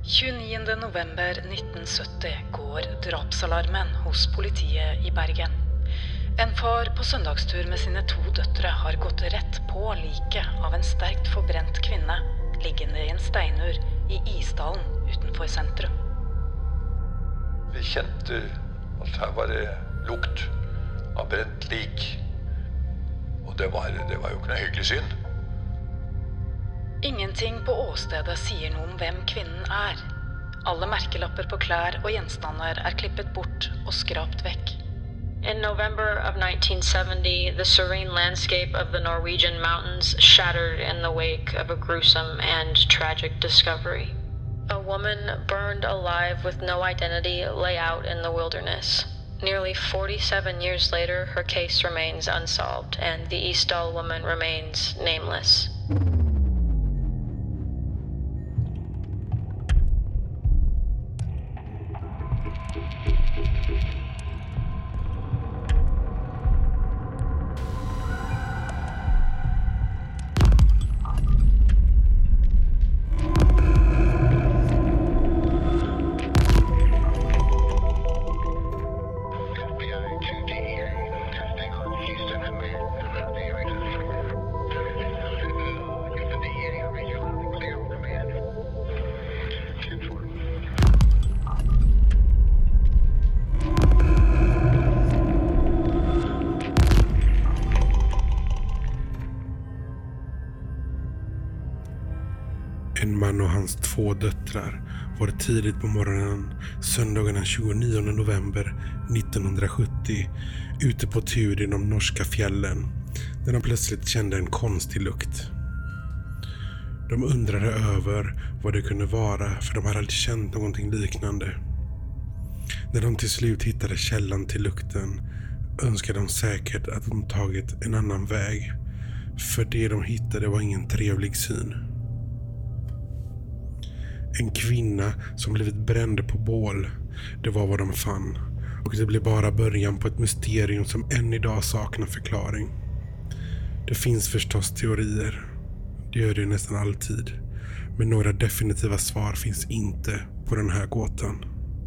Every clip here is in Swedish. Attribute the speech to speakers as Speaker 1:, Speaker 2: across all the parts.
Speaker 1: 29. november 1970 går drapsalarmen hos politiet i Bergen. En far på söndagstur med sina 2 döttrar har gått rätt på liket av en starkt förbränt kvinna liggande i en steinur i Isdalen utanför centrum.
Speaker 2: Vi kände att här var det lukt av bränt lik. Och det var ju inte hygglig syn.
Speaker 1: Ingenting på åstedet säger något om vem kvinnan är. Alla märkelapper på kläder och gjenstander är klippet bort och skrapt väck.
Speaker 3: In November of 1970, the serene landscape of the Norwegian mountains shattered in the wake of a gruesome and tragic discovery. A woman burned alive with no identity lay out in the wilderness. Nearly 47 years later, her case remains unsolved, and the Isdal woman remains nameless.
Speaker 4: En man och hans 2 döttrar var tidigt på morgonen söndagen den 29 november 1970 ute på tur i de norska fjällen när de plötsligt kände en konstig lukt. De undrade över vad det kunde vara, för de hade aldrig känt någonting liknande. När de till slut hittade källan till lukten önskade de säkert att de tagit en annan väg, för det de hittade var ingen trevlig syn. En kvinna som blivit bränd på bål, det var vad de fann. Och det blev bara början på ett mysterium som än idag saknar förklaring. Det finns förstås teorier. Det gör det nästan alltid. Men några definitiva svar finns inte på den här gåtan.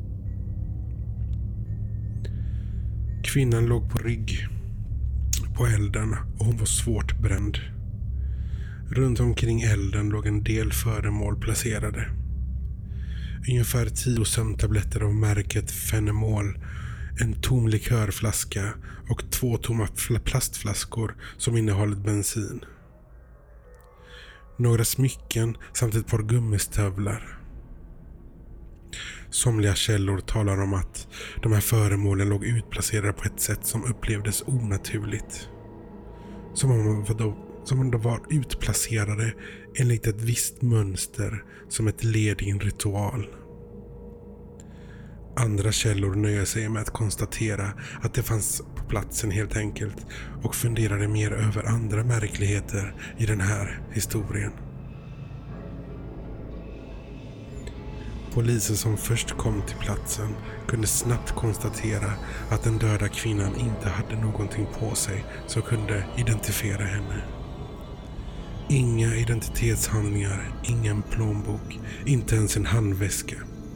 Speaker 4: Kvinnan låg på rygg på elden och hon var svårt bränd. Runt omkring elden låg en del föremål placerade. Ungefär 10 sömntabletter av märket Fenemol, en tom likörflaska och 2 tomma plastflaskor som innehållit bensin. Några smycken samt ett par gummistövlar. Somliga källor talar om att de här föremålen låg utplacerade på ett sätt som upplevdes onaturligt. Som om de var utplacerade enligt ett visst mönster som ett led i en ritual. Andra källor nöjer sig med att konstatera att det fanns på platsen helt enkelt och funderade mer över andra märkligheter i den här historien. Polisen som först kom till platsen kunde snabbt konstatera att den döda kvinnan inte hade någonting på sig som kunde identifiera henne. Inga identitetshandlingar, ingen plånbok, inte ens en handväska.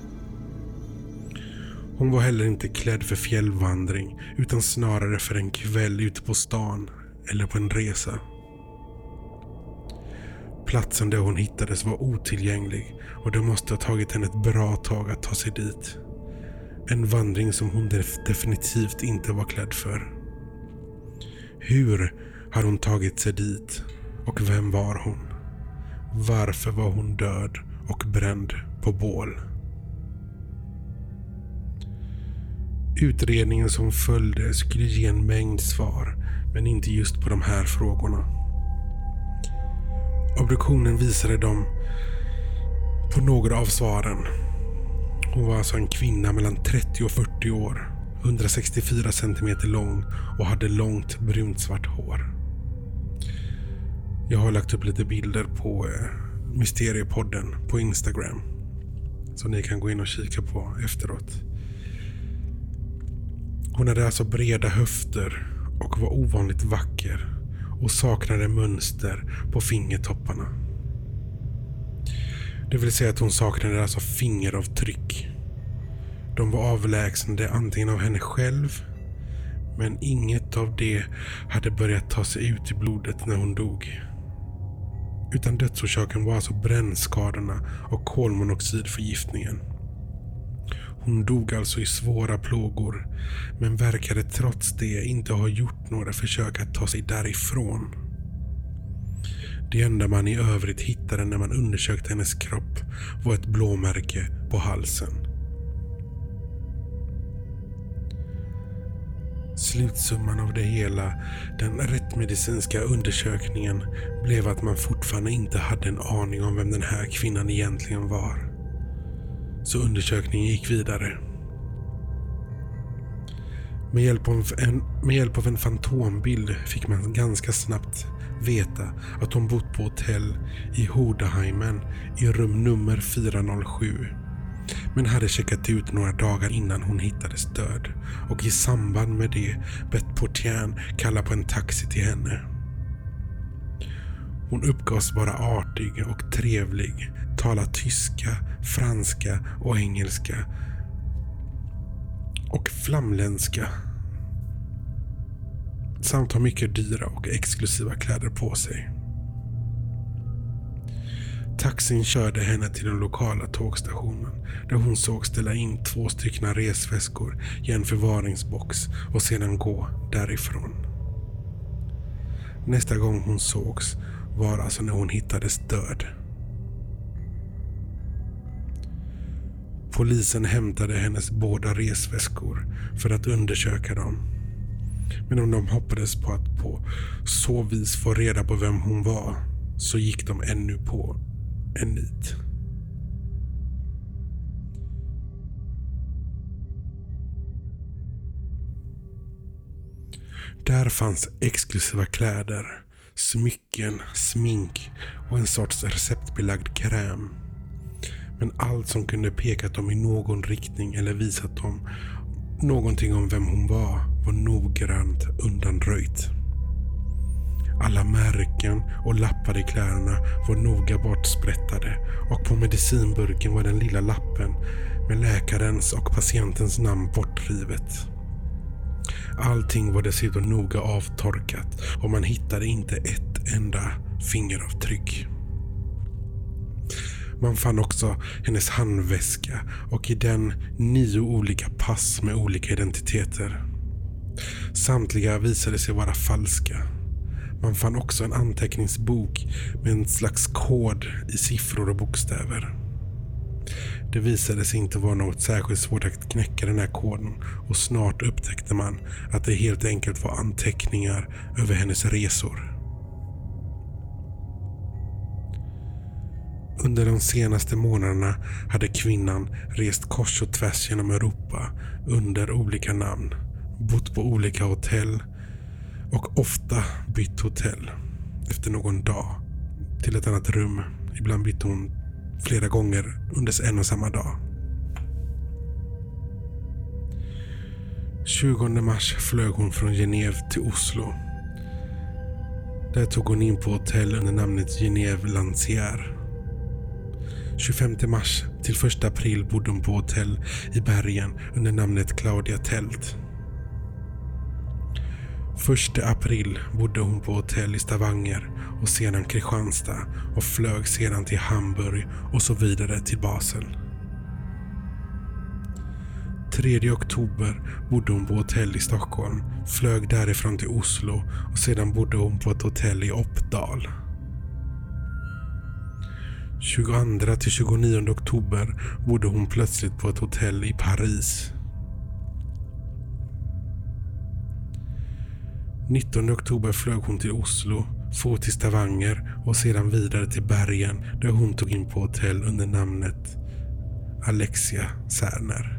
Speaker 4: Hon var heller inte klädd för fjällvandring utan snarare för en kväll ute på stan eller på en resa. Platsen där hon hittades var otillgänglig och det måste ha tagit henne ett bra tag att ta sig dit. En vandring som hon definitivt inte var klädd för. Hur har hon tagit sig dit? Och vem var hon? Varför var hon död och bränd på bål? Utredningen som följde skulle ge en mängd svar, men inte just på de här frågorna. Obduktionen visade dem på några av svaren. Hon var alltså en kvinna mellan 30 och 40 år, 164 cm lång och hade långt brunt svart hår. Jag har lagt upp lite bilder på Mysteriepodden på Instagram, så ni kan gå in och kika på efteråt. Hon hade alltså breda höfter och var ovanligt vacker och saknade mönster på fingertopparna. Det vill säga att hon saknade alltså fingeravtryck. De var avlägsnade antingen av henne själv, men inget av det hade börjat ta sig ut i blodet när hon dog. Utan dödsorsaken var alltså brännskadorna och kolmonoxidförgiftningen. Hon dog alltså i svåra plågor, men verkade trots det inte ha gjort några försök att ta sig därifrån. Det enda man i övrigt hittade när man undersökte hennes kropp var ett blåmärke på halsen. Slutsumman av det hela, den rättmedicinska undersökningen, blev att man fortfarande inte hade en aning om vem den här kvinnan egentligen var. Så undersökningen gick vidare. Med hjälp av en fantombild fick man ganska snabbt veta att hon bott på hotell i Hodaheimen i rum nummer 407. Men hade checkat ut några dagar innan hon hittades död och i samband med det bett portieren kalla på en taxi till henne. Hon uppgavs vara artig och trevlig, tala tyska, franska och engelska och flamländska samt ha mycket dyra och exklusiva kläder på sig. Taxin körde henne till den lokala tågstationen där hon såg ställa in 2 stycken resväskor i en förvaringsbox och sedan gå därifrån. Nästa gång hon sågs var alltså när hon hittades död. Polisen hämtade hennes båda resväskor för att undersöka dem. Men om de hoppades på att på så vis få reda på vem hon var, så gick de ännu på en nit. Där fanns exklusiva kläder, smycken, smink och en sorts receptbelagd kräm. Men allt som kunde pekat dem i någon riktning eller visat dem någonting om vem hon var noggrant undanröjt. Alla märken och lappar i kläderna var noga bortsprättade och på medicinburken var den lilla lappen med läkarens och patientens namn bortrivet. Allting var dessutom noga avtorkat och man hittade inte ett enda fingeravtryck. Man fann också hennes handväska och i den 9 olika pass med olika identiteter. Samtliga visade sig vara falska. Man fann också en anteckningsbok med en slags kod i siffror och bokstäver. Det visade sig inte vara något särskilt svårt att knäcka den här koden och snart upptäckte man att det helt enkelt var anteckningar över hennes resor. Under de senaste månaderna hade kvinnan rest kors och tvärs genom Europa under olika namn, bott på olika hotell och ofta bytt hotell efter någon dag till ett annat rum. Ibland bytte hon flera gånger under en och samma dag. 20 mars flög hon från Genève till Oslo. Där tog hon in på hotell under namnet Genève Lancière. 25 mars till 1 april bodde hon på hotell i Bergen under namnet Claudia Tält. 1 april bodde hon på hotell i Stavanger och sedan Kristianstad och flög sedan till Hamburg och så vidare till Basel. 3 oktober bodde hon på hotell i Stockholm, flög därifrån till Oslo och sedan bodde hon på ett hotell i Oppdal. 22 till 29 oktober bodde hon plötsligt på ett hotell i Paris. 19 oktober flög hon till Oslo, for till Stavanger och sedan vidare till Bergen där hon tog in på hotell under namnet Alexia Särner.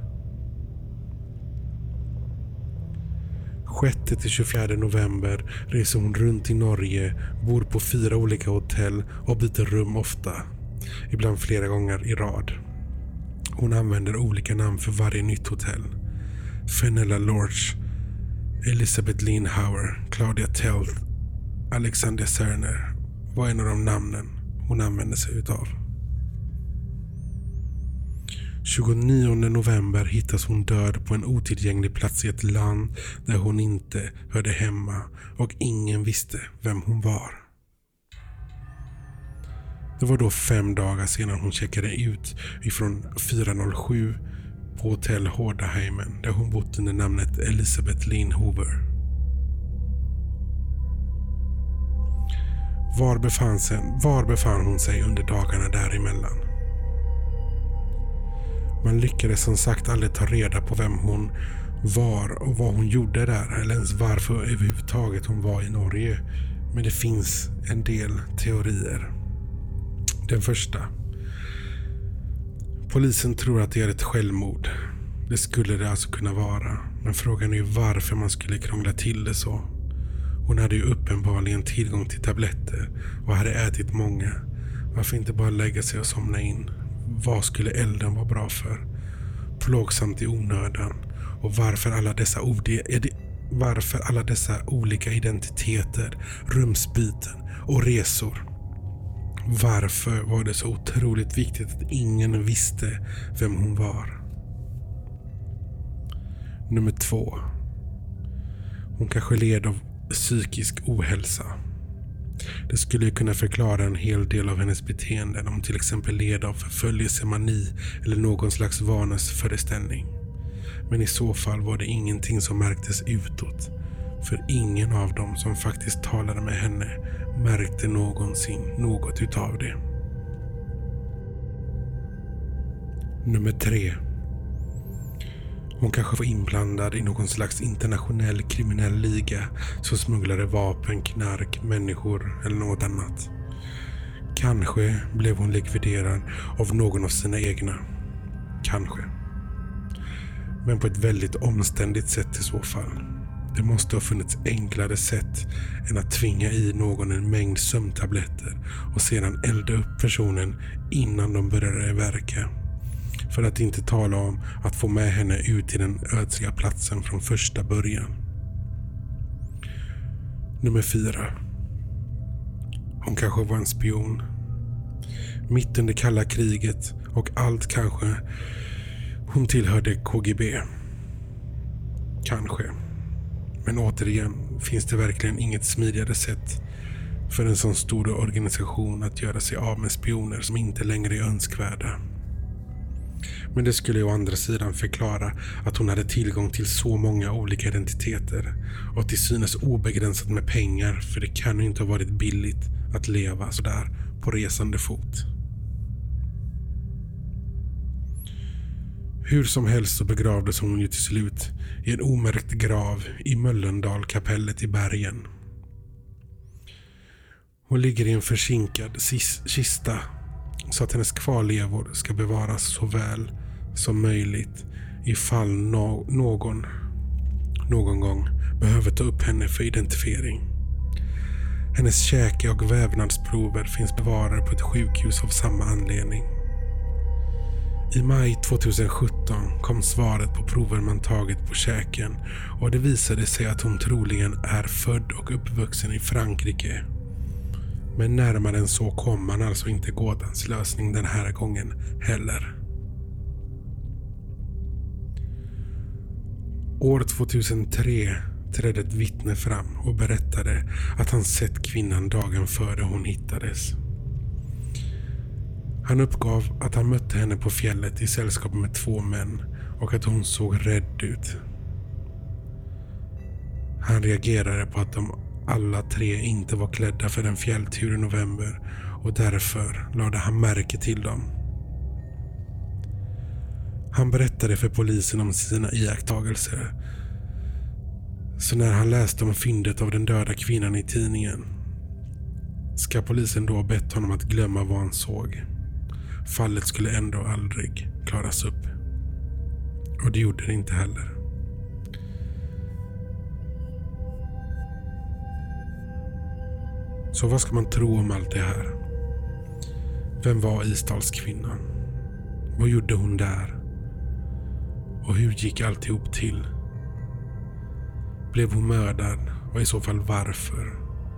Speaker 4: 6 till 24 november reser hon runt i Norge, bor på 4 olika hotell och byter rum ofta, ibland flera gånger i rad. Hon använder olika namn för varje nytt hotell. Fenella Lorch, Elizabeth Linhauer, Claudia Tält, Alexandra Särner var en av de namnen hon använde sig utav. 29 november hittas hon död på en otillgänglig plats i ett land där hon inte hörde hemma och ingen visste vem hon var. Det var då 5 dagar sedan hon checkade ut ifrån 407 på hotell Hordaheimen där hon bott under namnet Elizabeth Lynn Hoover. Var befann hon sig under dagarna däremellan? Man lyckades som sagt aldrig ta reda på vem hon var och vad hon gjorde där eller ens varför överhuvudtaget hon var i Norge. Men det finns en del teorier. Den första. Polisen tror att det är ett självmord. Det skulle det alltså kunna vara. Men frågan är ju varför man skulle krångla till det så. Hon hade ju uppenbarligen tillgång till tabletter och hade ätit många. Varför inte bara lägga sig och somna in? Vad skulle elden vara bra för? Plågsamt i onödan. Och varför alla dessa olika identiteter, rumsbyten och resor? Varför var det så otroligt viktigt att ingen visste vem hon var? Nummer 2. Hon kanske led av psykisk ohälsa. Det skulle ju kunna förklara en hel del av hennes beteenden om till exempel led av förföljelsemani eller någon slags vanäsföreställning. Men i så fall var det ingenting som märktes utåt. För ingen av dem som faktiskt talade med henne märkte någonsin något utav det. Nummer 3. Hon kanske var inblandad i någon slags internationell kriminell liga som smugglade vapen, knark, människor eller något annat. Kanske blev hon likviderad av någon av sina egna. Kanske. Men på ett väldigt omständigt sätt i så fall. Det måste ha funnits enklare sätt än att tvinga i någon en mängd sömntabletter och sedan elda upp personen innan de började verka. För att inte tala om att få med henne ut till den ödsliga platsen från första början. Nummer 4. Hon kanske var en spion. Mitt under kalla kriget och allt kanske hon tillhörde KGB. Kanske. Men återigen finns det verkligen inget smidigare sätt för en sån stor organisation att göra sig av med spioner som inte längre är önskvärda. Men det skulle å andra sidan förklara att hon hade tillgång till så många olika identiteter och till synes obegränsat med pengar, för det kan ju inte ha varit billigt att leva så där på resande fot. Hur som helst så begravdes hon ju till slut i en omärkt grav i Möllendal-kapellet i Bergen. Hon ligger i en försinkad kista så att hennes kvarlevor ska bevaras så väl som möjligt ifall någon gång behöver ta upp henne för identifiering. Hennes käke- och vävnadsprover finns bevarade på ett sjukhus av samma anledning. I maj 2017 kom svaret på prover man tagit på käken och det visade sig att hon troligen är född och uppvuxen i Frankrike. Men närmare än så kom man alltså inte gåtans lösning den här gången heller. År 2003 trädde ett vittne fram och berättade att han sett kvinnan dagen före hon hittades. Han uppgav att han mötte henne på fjället i sällskap med 2 män och att hon såg rädd ut. Han reagerade på att de alla 3 inte var klädda för en fjälltur i november och därför lade han märke till dem. Han berättade för polisen om sina iakttagelser. Så när han läste om fyndet av den döda kvinnan i tidningen ska polisen då bett honom att glömma vad han såg. Fallet skulle ändå aldrig klaras upp. Och det gjorde det inte heller. Så vad ska man tro om allt det här? Vem var Isdalskvinnan? Vad gjorde hon där? Och hur gick alltihop till? Blev hon mördad? Och i så fall varför?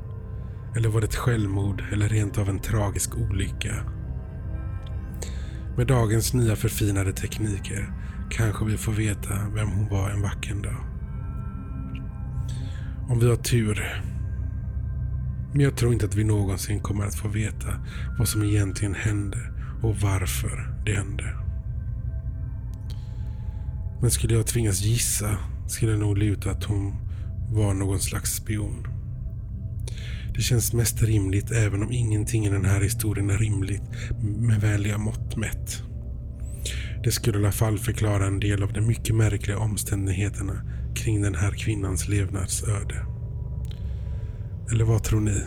Speaker 4: Eller var det ett självmord eller rent av en tragisk olycka? Med dagens nya förfinade tekniker kanske vi får veta vem hon var en vacker dag. Om vi har tur. Men jag tror inte att vi någonsin kommer att få veta vad som egentligen hände och varför det hände. Men skulle jag tvingas gissa skulle jag nog luta att hon var någon slags spion. Det känns mest rimligt även om ingenting i den här historien är rimligt med vänliga mått mätt. Det skulle i alla fall förklara en del av de mycket märkliga omständigheterna kring den här kvinnans levnadsöde. Eller vad tror ni?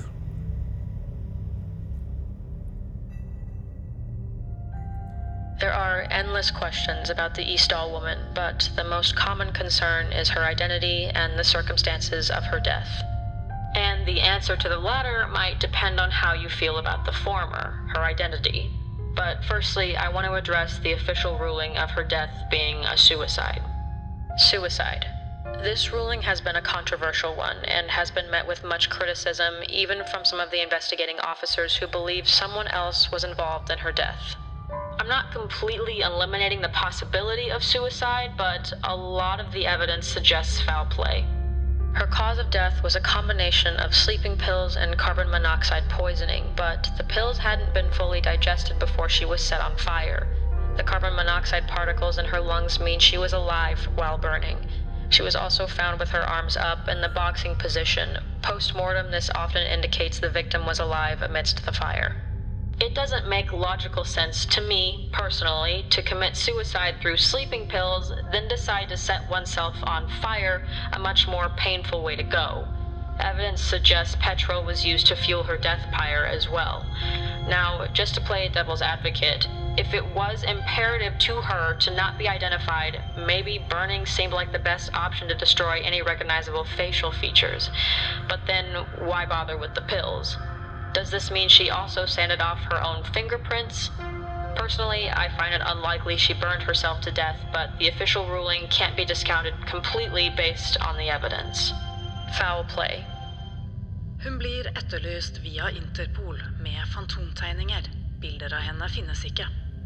Speaker 3: There are endless questions about the Eastall woman, but the most common concern is her identity and the circumstances of her death. And the answer to the latter might depend on how you feel about the former, her identity. But firstly, I want to address the official ruling of her death being a suicide. Suicide. This ruling has been a controversial one and has been met with much criticism, even from some of the investigating officers who believe someone else was involved in her death. I'm not completely eliminating the possibility of suicide, but a lot of the evidence suggests foul play. Her cause of death was a combination of sleeping pills and carbon monoxide poisoning, but the pills hadn't been fully digested before she was set on fire. The carbon monoxide particles in her lungs mean she was alive while burning. She was also found with her arms up in the boxing position. Post-mortem, this often indicates the victim was alive amidst the fire. It doesn't make logical sense to me, personally, to commit suicide through sleeping pills, then decide to set oneself on fire, a much more painful way to go. Evidence suggests petrol was used to fuel her death pyre as well. Now, just to play devil's advocate, if it was imperative to her to not be identified, maybe burning seemed like the best option to destroy any recognizable facial features. But then, why bother with the pills? Does this mean she also sanded off her own fingerprints? Personally, I find it unlikely she burned herself to death, but the official ruling can't be discounted completely based on the evidence. Foul play.
Speaker 1: Hun blir etterlyst via Interpol med fantomtegninger. Bilder av henne finnes ikke.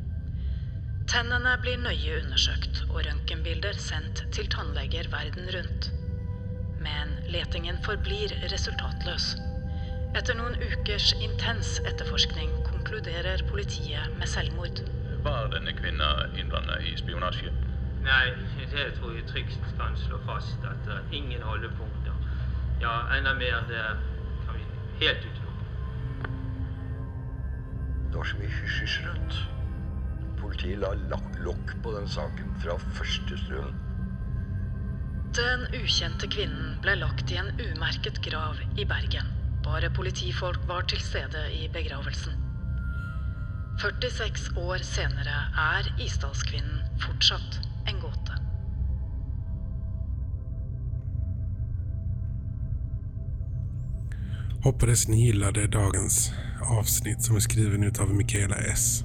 Speaker 1: Tennene blir nøye undersøkt, og røntgenbilder sendt til tannleger verden rundt. Men letingen forblir resultatløs. Etter noen ukers intens etterforskning konkluderer politiet med selvmord.
Speaker 5: Var denne kvinna innblandet i spionasje?
Speaker 6: Nej, det tror jag trygt kan slå fast att ingen hållpunkter. Ja, ända mer det kan vi helt utelukke.
Speaker 2: Det var så mye hysj rundt. Politiet la lokk på den saken fra første stund.
Speaker 1: Den ukjente kvinnen ble lagt i en umerket grav i Bergen. Bare politifolk var til stede i begravelsen. 46 år senere er Isdalskvinnen fortsatt en gåte.
Speaker 4: Hoppades ni gillade dagens avsnitt som är skriven ut av Michaela S.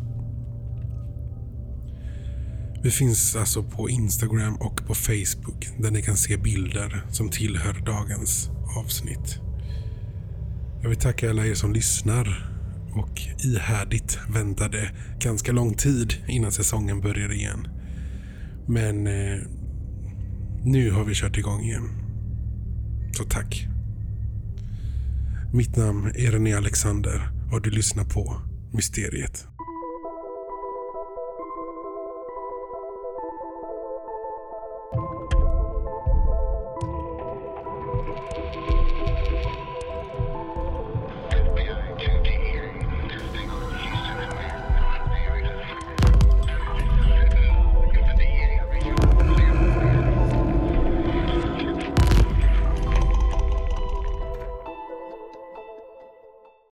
Speaker 4: Vi finns alltså på Instagram och på Facebook där ni kan se bilder som tillhör dagens avsnitt. Jag vill tacka alla er som lyssnar och ihärdigt väntade ganska lång tid innan säsongen börjar igen. Men nu har vi kört igång igen. Så tack. Mitt namn är René Alexander och du lyssnar på Mysteriet.